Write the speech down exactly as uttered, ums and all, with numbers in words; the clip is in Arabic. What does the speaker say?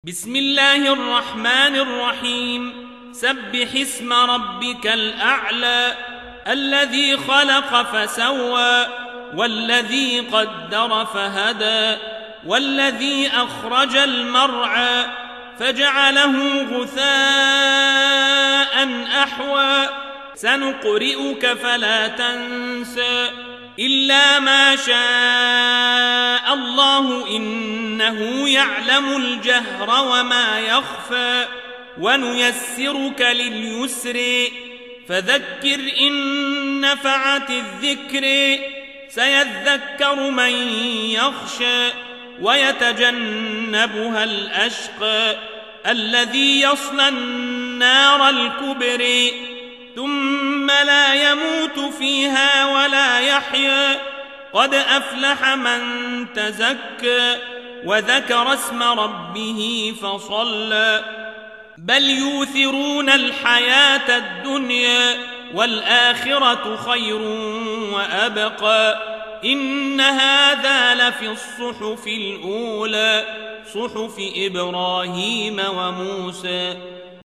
بسم الله الرحمن الرحيم سبح اسم ربك الأعلى الذي خلق فسوى والذي قدر فهدى والذي أخرج المرعى فجعله غثاء أحوى سنقرئك فلا تنسى إلا ما شاء الله إنه يعلم الجهر وما يخفى ونيسرك لليسر فذكر إن نفعت الذكر سيذكر من يخشى ويتجنبها الأشقى الذي يصلى النار الكبرى ثم لا يموت فيها ولا يحيا قد أفلح من تزكى وذكر اسم ربه فصلى بل يؤثرون الحياة الدنيا والآخرة خير وأبقى إن هذا لفي الصحف الأولى صحف إبراهيم وموسى